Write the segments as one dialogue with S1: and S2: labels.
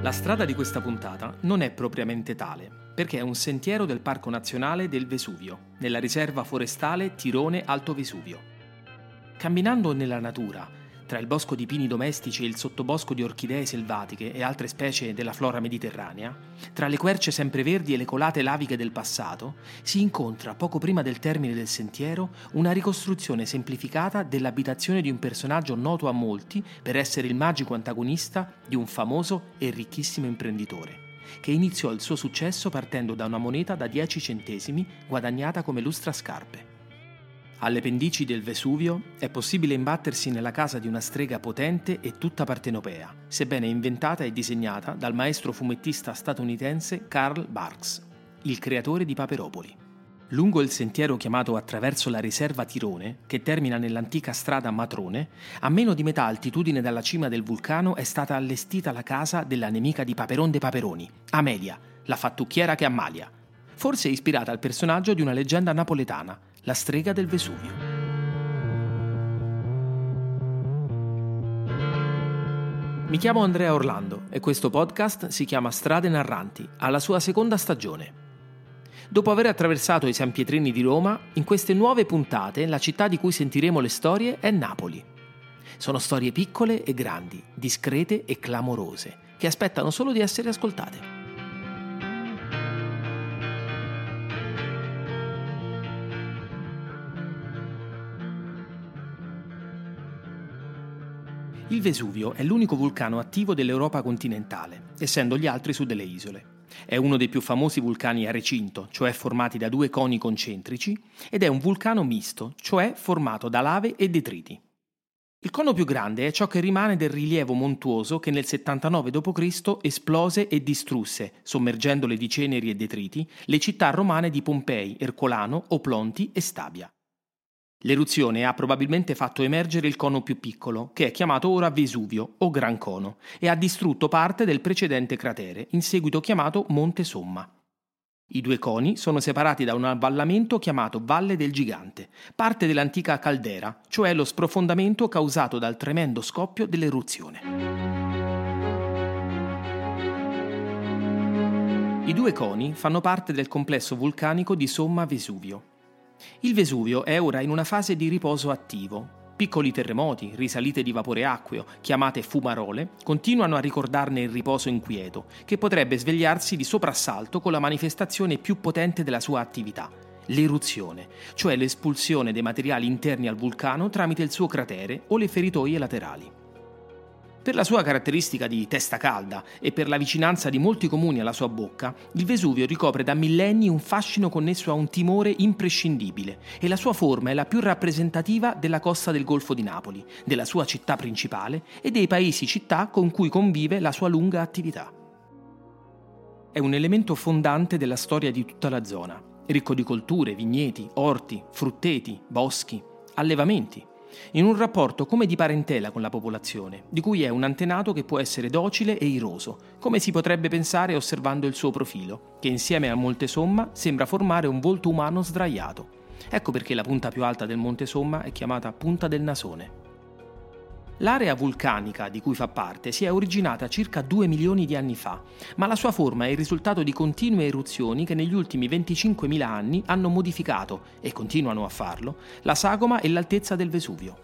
S1: La strada di questa puntata non è propriamente tale, perché è un sentiero del Parco Nazionale del Vesuvio, nella riserva forestale Tirone Alto Vesuvio. Camminando nella natura, tra il bosco di pini domestici e il sottobosco di orchidee selvatiche e altre specie della flora mediterranea, tra le querce sempreverdi e le colate laviche del passato, si incontra, poco prima del termine del sentiero, una ricostruzione semplificata dell'abitazione di un personaggio noto a molti per essere il magico antagonista di un famoso e ricchissimo imprenditore, che iniziò il suo successo partendo da una moneta da 10 centesimi guadagnata come lustrascarpe. Alle pendici del Vesuvio è possibile imbattersi nella casa di una strega potente e tutta partenopea, sebbene inventata e disegnata dal maestro fumettista statunitense Carl Barks, il creatore di Paperopoli. Lungo il sentiero chiamato attraverso la riserva Tirone, che termina nell'antica strada Matrone, a meno di metà altitudine dalla cima del vulcano è stata allestita la casa della nemica di Paperon de Paperoni, Amelia, la fattucchiera che ammalia, forse ispirata al personaggio di una leggenda napoletana, la strega del Vesuvio. Mi chiamo Andrea Orlando e questo podcast si chiama Strade Narranti, alla sua seconda stagione. Dopo aver attraversato i San Pietrini di Roma, in queste nuove puntate la città di cui sentiremo le storie è Napoli. Sono storie piccole e grandi, discrete e clamorose, che aspettano solo di essere ascoltate. Il Vesuvio è l'unico vulcano attivo dell'Europa continentale, essendo gli altri su delle isole. È uno dei più famosi vulcani a recinto, cioè formati da 2 coni concentrici, ed è un vulcano misto, cioè formato da lave e detriti. Il cono più grande è ciò che rimane del rilievo montuoso che nel 79 d.C. esplose e distrusse, sommergendole di ceneri e detriti, le città romane di Pompei, Ercolano, Oplonti e Stabia. L'eruzione ha probabilmente fatto emergere il cono più piccolo, che è chiamato ora Vesuvio o Gran Cono, e ha distrutto parte del precedente cratere, in seguito chiamato Monte Somma. I 2 coni sono separati da un avvallamento chiamato Valle del Gigante, parte dell'antica caldera, cioè lo sprofondamento causato dal tremendo scoppio dell'eruzione. I 2 coni fanno parte del complesso vulcanico di Somma Vesuvio. Il Vesuvio è ora in una fase di riposo attivo. Piccoli terremoti, risalite di vapore acqueo, chiamate fumarole, continuano a ricordarne il riposo inquieto, che potrebbe svegliarsi di soprassalto con la manifestazione più potente della sua attività, l'eruzione, cioè l'espulsione dei materiali interni al vulcano tramite il suo cratere o le feritoie laterali. Per la sua caratteristica di testa calda e per la vicinanza di molti comuni alla sua bocca, il Vesuvio ricopre da millenni un fascino connesso a un timore imprescindibile e la sua forma è la più rappresentativa della costa del Golfo di Napoli, della sua città principale e dei paesi-città con cui convive la sua lunga attività. È un elemento fondante della storia di tutta la zona, ricco di colture, vigneti, orti, frutteti, boschi, allevamenti, in un rapporto come di parentela con la popolazione, di cui è un antenato che può essere docile e iroso, come si potrebbe pensare osservando il suo profilo, che insieme a Monte Somma sembra formare un volto umano sdraiato. Ecco perché la punta più alta del Monte Somma è chiamata Punta del Nasone. L'area vulcanica di cui fa parte si è originata circa 2 milioni di anni fa, ma la sua forma è il risultato di continue eruzioni che negli ultimi 25.000 anni hanno modificato, e continuano a farlo, la sagoma e l'altezza del Vesuvio.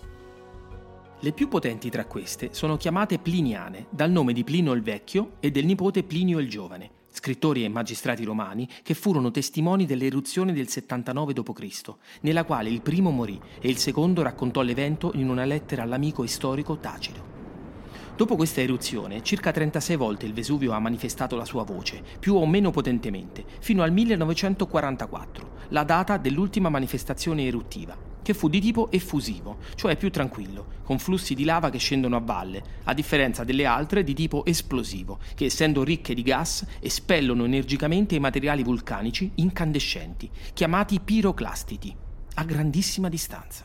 S1: Le più potenti tra queste sono chiamate pliniane, dal nome di Plinio il Vecchio e del nipote Plinio il Giovane, scrittori e magistrati romani che furono testimoni dell'eruzione del 79 d.C., nella quale il primo morì e il secondo raccontò l'evento in una lettera all'amico storico Tacito. Dopo questa eruzione, circa 36 volte il Vesuvio ha manifestato la sua voce, più o meno potentemente, fino al 1944, la data dell'ultima manifestazione eruttiva, che fu di tipo effusivo, cioè più tranquillo, con flussi di lava che scendono a valle, a differenza delle altre di tipo esplosivo, che essendo ricche di gas espellono energicamente i materiali vulcanici incandescenti, chiamati piroclastiti, a grandissima distanza.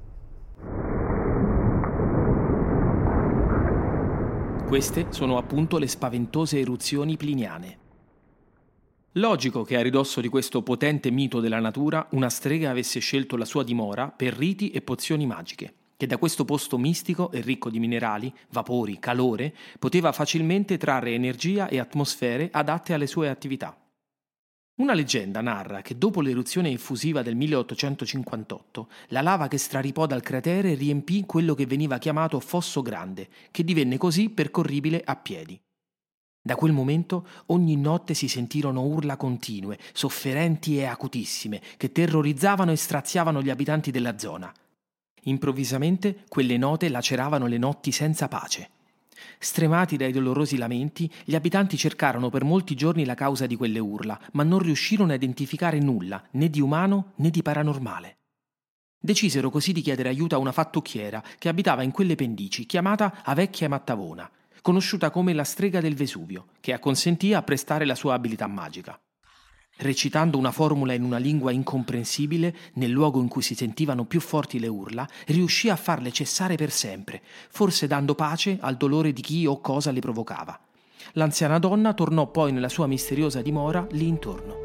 S1: Queste sono appunto le spaventose eruzioni pliniane. Logico che a ridosso di questo potente mito della natura una strega avesse scelto la sua dimora per riti e pozioni magiche, che da questo posto mistico e ricco di minerali, vapori, calore, poteva facilmente trarre energia e atmosfere adatte alle sue attività. Una leggenda narra che dopo l'eruzione effusiva del 1858, la lava che straripò dal cratere riempì quello che veniva chiamato Fosso Grande, che divenne così percorribile a piedi. Da quel momento ogni notte si sentirono urla continue, sofferenti e acutissime, che terrorizzavano e straziavano gli abitanti della zona. Improvvisamente quelle note laceravano le notti senza pace. Stremati dai dolorosi lamenti, gli abitanti cercarono per molti giorni la causa di quelle urla, ma non riuscirono a identificare nulla, né di umano né di paranormale. Decisero così di chiedere aiuto a una fattucchiera che abitava in quelle pendici, chiamata a Vecchia Mattavona, conosciuta come la strega del Vesuvio, che acconsentì a prestare la sua abilità magica. Recitando una formula in una lingua incomprensibile, nel luogo in cui si sentivano più forti le urla, riuscì a farle cessare per sempre, forse dando pace al dolore di chi o cosa le provocava. L'anziana donna tornò poi nella sua misteriosa dimora lì intorno.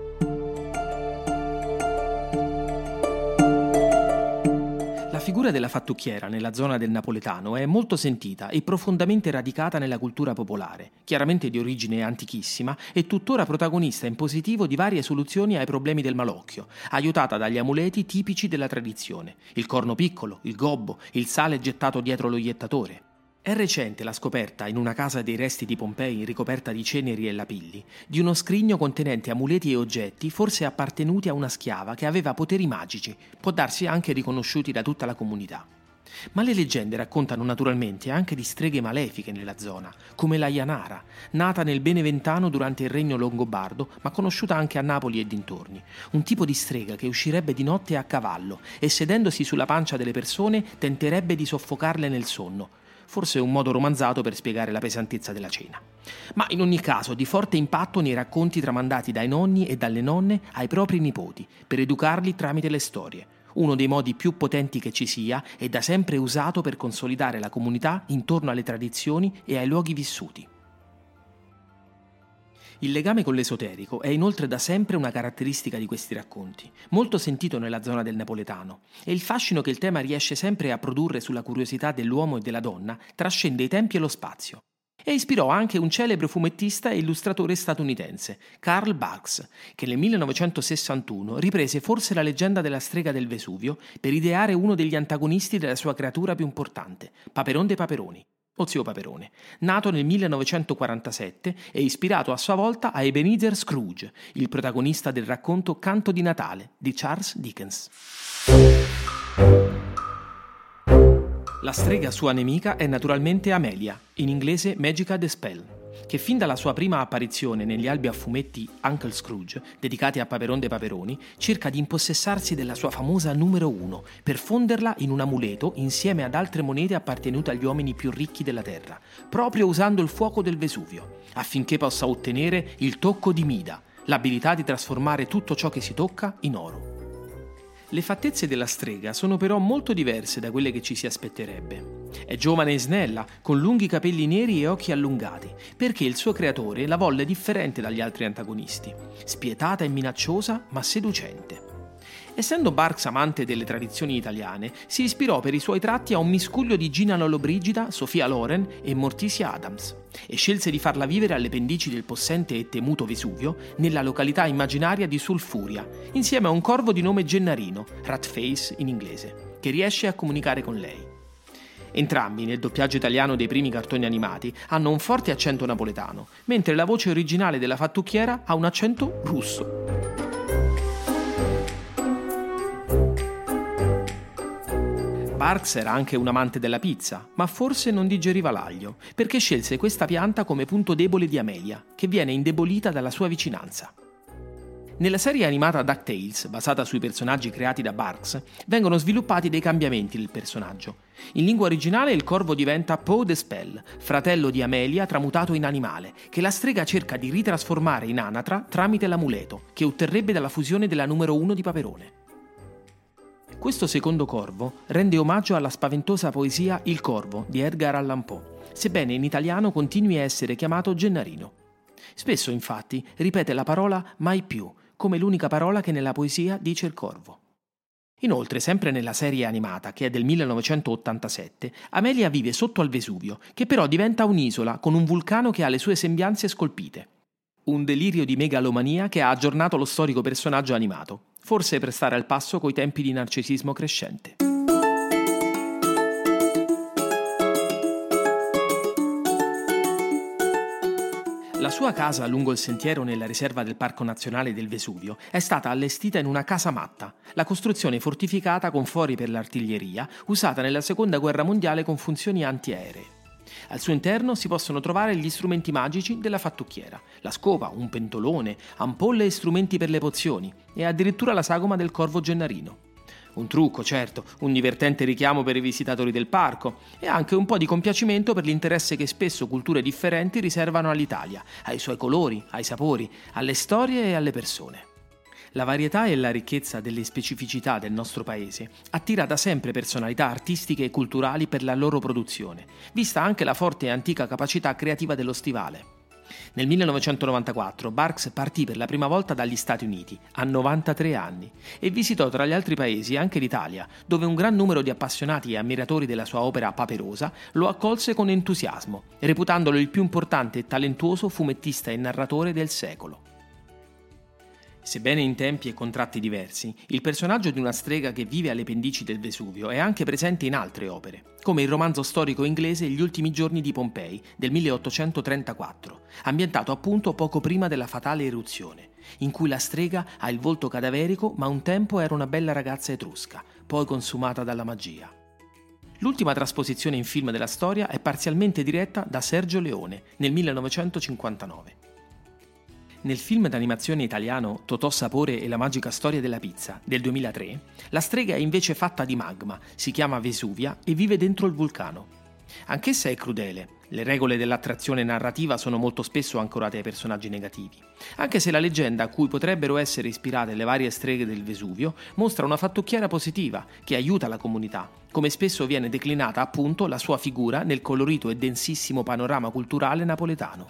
S1: La figura della fattucchiera nella zona del napoletano è molto sentita e profondamente radicata nella cultura popolare, chiaramente di origine antichissima e tuttora protagonista in positivo di varie soluzioni ai problemi del malocchio, aiutata dagli amuleti tipici della tradizione: il corno piccolo, il gobbo, il sale gettato dietro lo iettatore. È recente la scoperta, in una casa dei resti di Pompei ricoperta di ceneri e lapilli, di uno scrigno contenente amuleti e oggetti forse appartenuti a una schiava che aveva poteri magici, può darsi anche riconosciuti da tutta la comunità. Ma le leggende raccontano naturalmente anche di streghe malefiche nella zona, come la Janara, nata nel Beneventano durante il regno longobardo, ma conosciuta anche a Napoli e dintorni, un tipo di strega che uscirebbe di notte a cavallo e sedendosi sulla pancia delle persone tenterebbe di soffocarle nel sonno. Forse un modo romanzato per spiegare la pesantezza della cena. Ma in ogni caso di forte impatto nei racconti tramandati dai nonni e dalle nonne ai propri nipoti, per educarli tramite le storie. Uno dei modi più potenti che ci sia e da sempre usato per consolidare la comunità intorno alle tradizioni e ai luoghi vissuti. Il legame con l'esoterico è inoltre da sempre una caratteristica di questi racconti, molto sentito nella zona del napoletano, e il fascino che il tema riesce sempre a produrre sulla curiosità dell'uomo e della donna trascende i tempi e lo spazio. E ispirò anche un celebre fumettista e illustratore statunitense, Carl Barks, che nel 1961 riprese forse la leggenda della strega del Vesuvio per ideare uno degli antagonisti della sua creatura più importante, Paperon dei Paperoni, o Zio Paperone, nato nel 1947 e ispirato a sua volta a Ebenezer Scrooge, il protagonista del racconto Canto di Natale di Charles Dickens. La strega sua nemica è naturalmente Amelia, in inglese Magica the Spell, che fin dalla sua prima apparizione negli albi a fumetti Uncle Scrooge, dedicati a Paperon dei Paperoni, cerca di impossessarsi della sua famosa numero 1 per fonderla in un amuleto insieme ad altre monete appartenute agli uomini più ricchi della terra, proprio usando il fuoco del Vesuvio, affinché possa ottenere il tocco di Mida, l'abilità di trasformare tutto ciò che si tocca in oro. Le fattezze della strega sono però molto diverse da quelle che ci si aspetterebbe. È giovane e snella, con lunghi capelli neri e occhi allungati, perché il suo creatore la volle differente dagli altri antagonisti, spietata e minacciosa ma seducente. Essendo Barks amante delle tradizioni italiane, si ispirò per i suoi tratti a un miscuglio di Gina Lollobrigida, Sophia Loren e Morticia Adams, e scelse di farla vivere alle pendici del possente e temuto Vesuvio, nella località immaginaria di Sulfuria, insieme a un corvo di nome Gennarino, Ratface in inglese, che riesce a comunicare con lei. Entrambi, nel doppiaggio italiano dei primi cartoni animati, hanno un forte accento napoletano, mentre la voce originale della fattucchiera ha un accento russo. Barks era anche un amante della pizza, ma forse non digeriva l'aglio, perché scelse questa pianta come punto debole di Amelia, che viene indebolita dalla sua vicinanza. Nella serie animata DuckTales, basata sui personaggi creati da Barks, vengono sviluppati dei cambiamenti del personaggio. In lingua originale il corvo diventa Poe the Spell, fratello di Amelia tramutato in animale, che la strega cerca di ritrasformare in anatra tramite l'amuleto, che otterrebbe dalla fusione della numero 1 di Paperone. Questo secondo corvo rende omaggio alla spaventosa poesia Il Corvo di Edgar Allan Poe, sebbene in italiano continui a essere chiamato Gennarino. Spesso, infatti, ripete la parola mai più, come l'unica parola che nella poesia dice il corvo. Inoltre, sempre nella serie animata, che è del 1987, Amelia vive sotto al Vesuvio, che però diventa un'isola con un vulcano che ha le sue sembianze scolpite. Un delirio di megalomania che ha aggiornato lo storico personaggio animato, forse per stare al passo coi tempi di narcisismo crescente. La sua casa lungo il sentiero nella riserva del Parco Nazionale del Vesuvio è stata allestita in una casamatta, la costruzione fortificata con fori per l'artiglieria, usata nella Seconda Guerra Mondiale con funzioni antiaeree. Al suo interno si possono trovare gli strumenti magici della fattucchiera, la scopa, un pentolone, ampolle e strumenti per le pozioni, e addirittura la sagoma del corvo gennarino. Un trucco, certo, un divertente richiamo per i visitatori del parco e anche un po' di compiacimento per l'interesse che spesso culture differenti riservano all'Italia, ai suoi colori, ai sapori, alle storie e alle persone. La varietà e la ricchezza delle specificità del nostro paese attira da sempre personalità artistiche e culturali per la loro produzione, vista anche la forte e antica capacità creativa dello stivale. Nel 1994 Barks partì per la prima volta dagli Stati Uniti, a 93 anni, e visitò tra gli altri paesi anche l'Italia, dove un gran numero di appassionati e ammiratori della sua opera paperosa lo accolse con entusiasmo, reputandolo il più importante e talentuoso fumettista e narratore del secolo. Sebbene in tempi e contratti diversi, il personaggio di una strega che vive alle pendici del Vesuvio è anche presente in altre opere, come il romanzo storico inglese Gli ultimi giorni di Pompei del 1834, ambientato appunto poco prima della fatale eruzione, in cui la strega ha il volto cadaverico ma un tempo era una bella ragazza etrusca, poi consumata dalla magia. L'ultima trasposizione in film della storia è parzialmente diretta da Sergio Leone nel 1959. Nel film d'animazione italiano Totò Sapore e la magica storia della pizza del 2003, la strega è invece fatta di magma, si chiama Vesuvia e vive dentro il vulcano. Anch'essa è crudele, le regole dell'attrazione narrativa sono molto spesso ancorate ai personaggi negativi, anche se la leggenda a cui potrebbero essere ispirate le varie streghe del Vesuvio mostra una fattucchiera positiva che aiuta la comunità, come spesso viene declinata appunto la sua figura nel colorito e densissimo panorama culturale napoletano.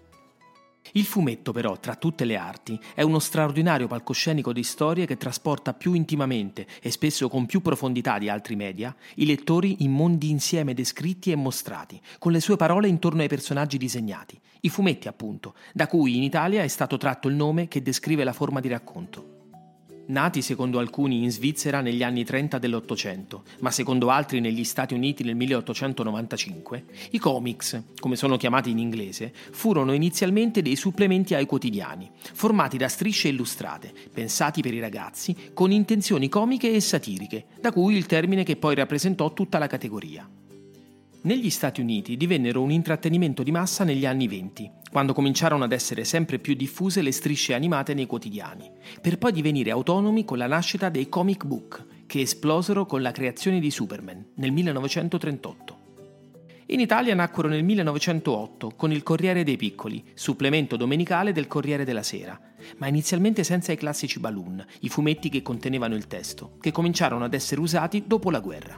S1: Il fumetto, però, tra tutte le arti, è uno straordinario palcoscenico di storie che trasporta più intimamente e spesso con più profondità di altri media i lettori in mondi insieme descritti e mostrati, con le sue parole intorno ai personaggi disegnati, i fumetti appunto, da cui in Italia è stato tratto il nome che descrive la forma di racconto. Nati secondo alcuni in Svizzera negli anni 30 dell'Ottocento, ma secondo altri negli Stati Uniti nel 1895, i comics, come sono chiamati in inglese, furono inizialmente dei supplementi ai quotidiani, formati da strisce illustrate, pensati per i ragazzi, con intenzioni comiche e satiriche, da cui il termine che poi rappresentò tutta la categoria. Negli Stati Uniti divennero un intrattenimento di massa negli anni '20, quando cominciarono ad essere sempre più diffuse le strisce animate nei quotidiani, per poi divenire autonomi con la nascita dei comic book, che esplosero con la creazione di Superman nel 1938. In Italia nacquero nel 1908 con il Corriere dei Piccoli, supplemento domenicale del Corriere della Sera, ma inizialmente senza i classici balloon, i fumetti che contenevano il testo, che cominciarono ad essere usati dopo la guerra.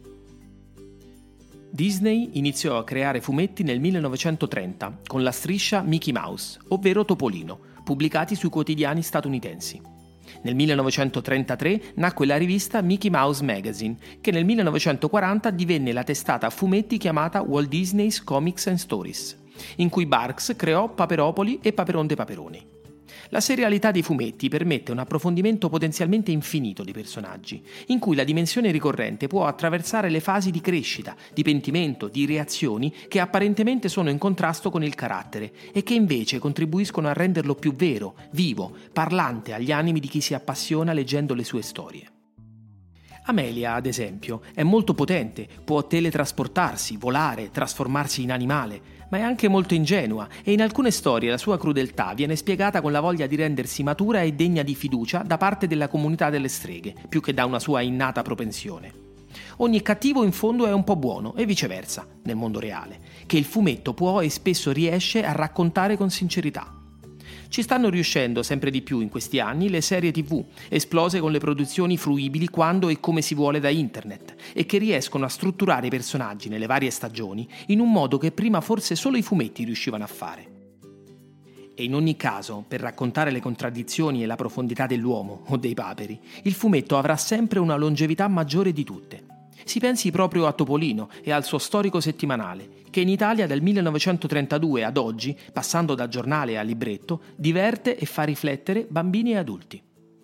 S1: Disney iniziò a creare fumetti nel 1930 con la striscia Mickey Mouse, ovvero Topolino, pubblicati sui quotidiani statunitensi. Nel 1933 nacque la rivista Mickey Mouse Magazine, che nel 1940 divenne la testata a fumetti chiamata Walt Disney's Comics and Stories, in cui Barks creò Paperopoli e Paperon de Paperoni. La serialità dei fumetti permette un approfondimento potenzialmente infinito dei personaggi, in cui la dimensione ricorrente può attraversare le fasi di crescita, di pentimento, di reazioni che apparentemente sono in contrasto con il carattere e che invece contribuiscono a renderlo più vero, vivo, parlante agli animi di chi si appassiona leggendo le sue storie. Amelia, ad esempio, è molto potente, può teletrasportarsi, volare, trasformarsi in animale, ma è anche molto ingenua e in alcune storie la sua crudeltà viene spiegata con la voglia di rendersi matura e degna di fiducia da parte della comunità delle streghe, più che da una sua innata propensione. Ogni cattivo in fondo è un po' buono e viceversa, nel mondo reale, che il fumetto può e spesso riesce a raccontare con sincerità. Ci stanno riuscendo sempre di più in questi anni le serie TV, esplose con le produzioni fruibili quando e come si vuole da internet, e che riescono a strutturare i personaggi nelle varie stagioni in un modo che prima forse solo i fumetti riuscivano a fare. E in ogni caso, per raccontare le contraddizioni e la profondità dell'uomo o dei paperi, il fumetto avrà sempre una longevità maggiore di tutte. Si pensi proprio a Topolino e al suo storico settimanale, che in Italia dal 1932 ad oggi, passando da giornale a libretto, diverte e fa riflettere bambini e adulti.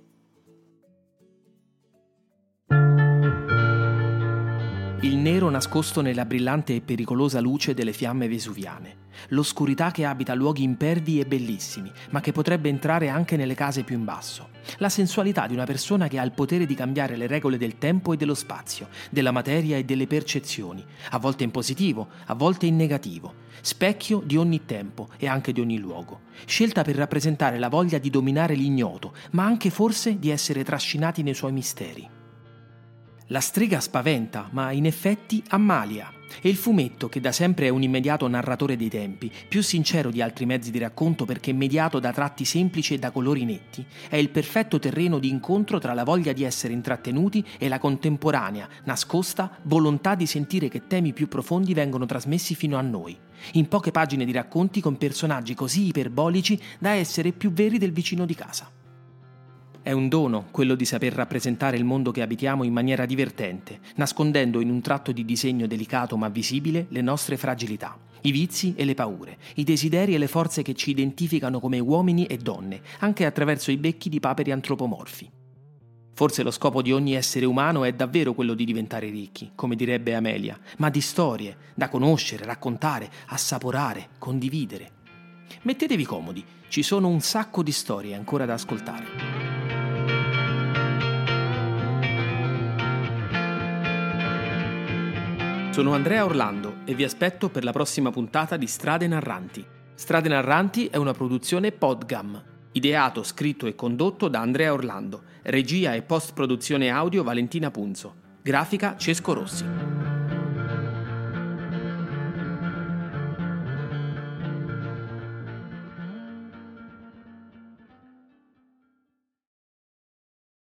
S1: Il nero nascosto nella brillante e pericolosa luce delle fiamme vesuviane, l'oscurità che abita luoghi impervi e bellissimi, ma che potrebbe entrare anche nelle case più in basso, la sensualità di una persona che ha il potere di cambiare le regole del tempo e dello spazio, della materia e delle percezioni, a volte in positivo, a volte in negativo, specchio di ogni tempo e anche di ogni luogo, scelta per rappresentare la voglia di dominare l'ignoto, ma anche forse di essere trascinati nei suoi misteri. La strega spaventa, ma in effetti ammalia. E il fumetto, che da sempre è un immediato narratore dei tempi, più sincero di altri mezzi di racconto perché mediato da tratti semplici e da colori netti, è il perfetto terreno di incontro tra la voglia di essere intrattenuti e la contemporanea, nascosta, volontà di sentire che temi più profondi vengono trasmessi fino a noi, in poche pagine di racconti con personaggi così iperbolici da essere più veri del vicino di casa. È un dono quello di saper rappresentare il mondo che abitiamo in maniera divertente, nascondendo in un tratto di disegno delicato ma visibile le nostre fragilità, i vizi e le paure, i desideri e le forze che ci identificano come uomini e donne, anche attraverso i becchi di paperi antropomorfi. Forse lo scopo di ogni essere umano è davvero quello di diventare ricchi, come direbbe Amelia, ma di storie, da conoscere, raccontare, assaporare, condividere. Mettetevi comodi, ci sono un sacco di storie ancora da ascoltare. Sono Andrea Orlando e vi aspetto per la prossima puntata di Strade Narranti. Strade Narranti è una produzione Podgam, ideato, scritto e condotto da Andrea Orlando, regia e post-produzione audio Valentina Punzo, grafica Cesco Rossi.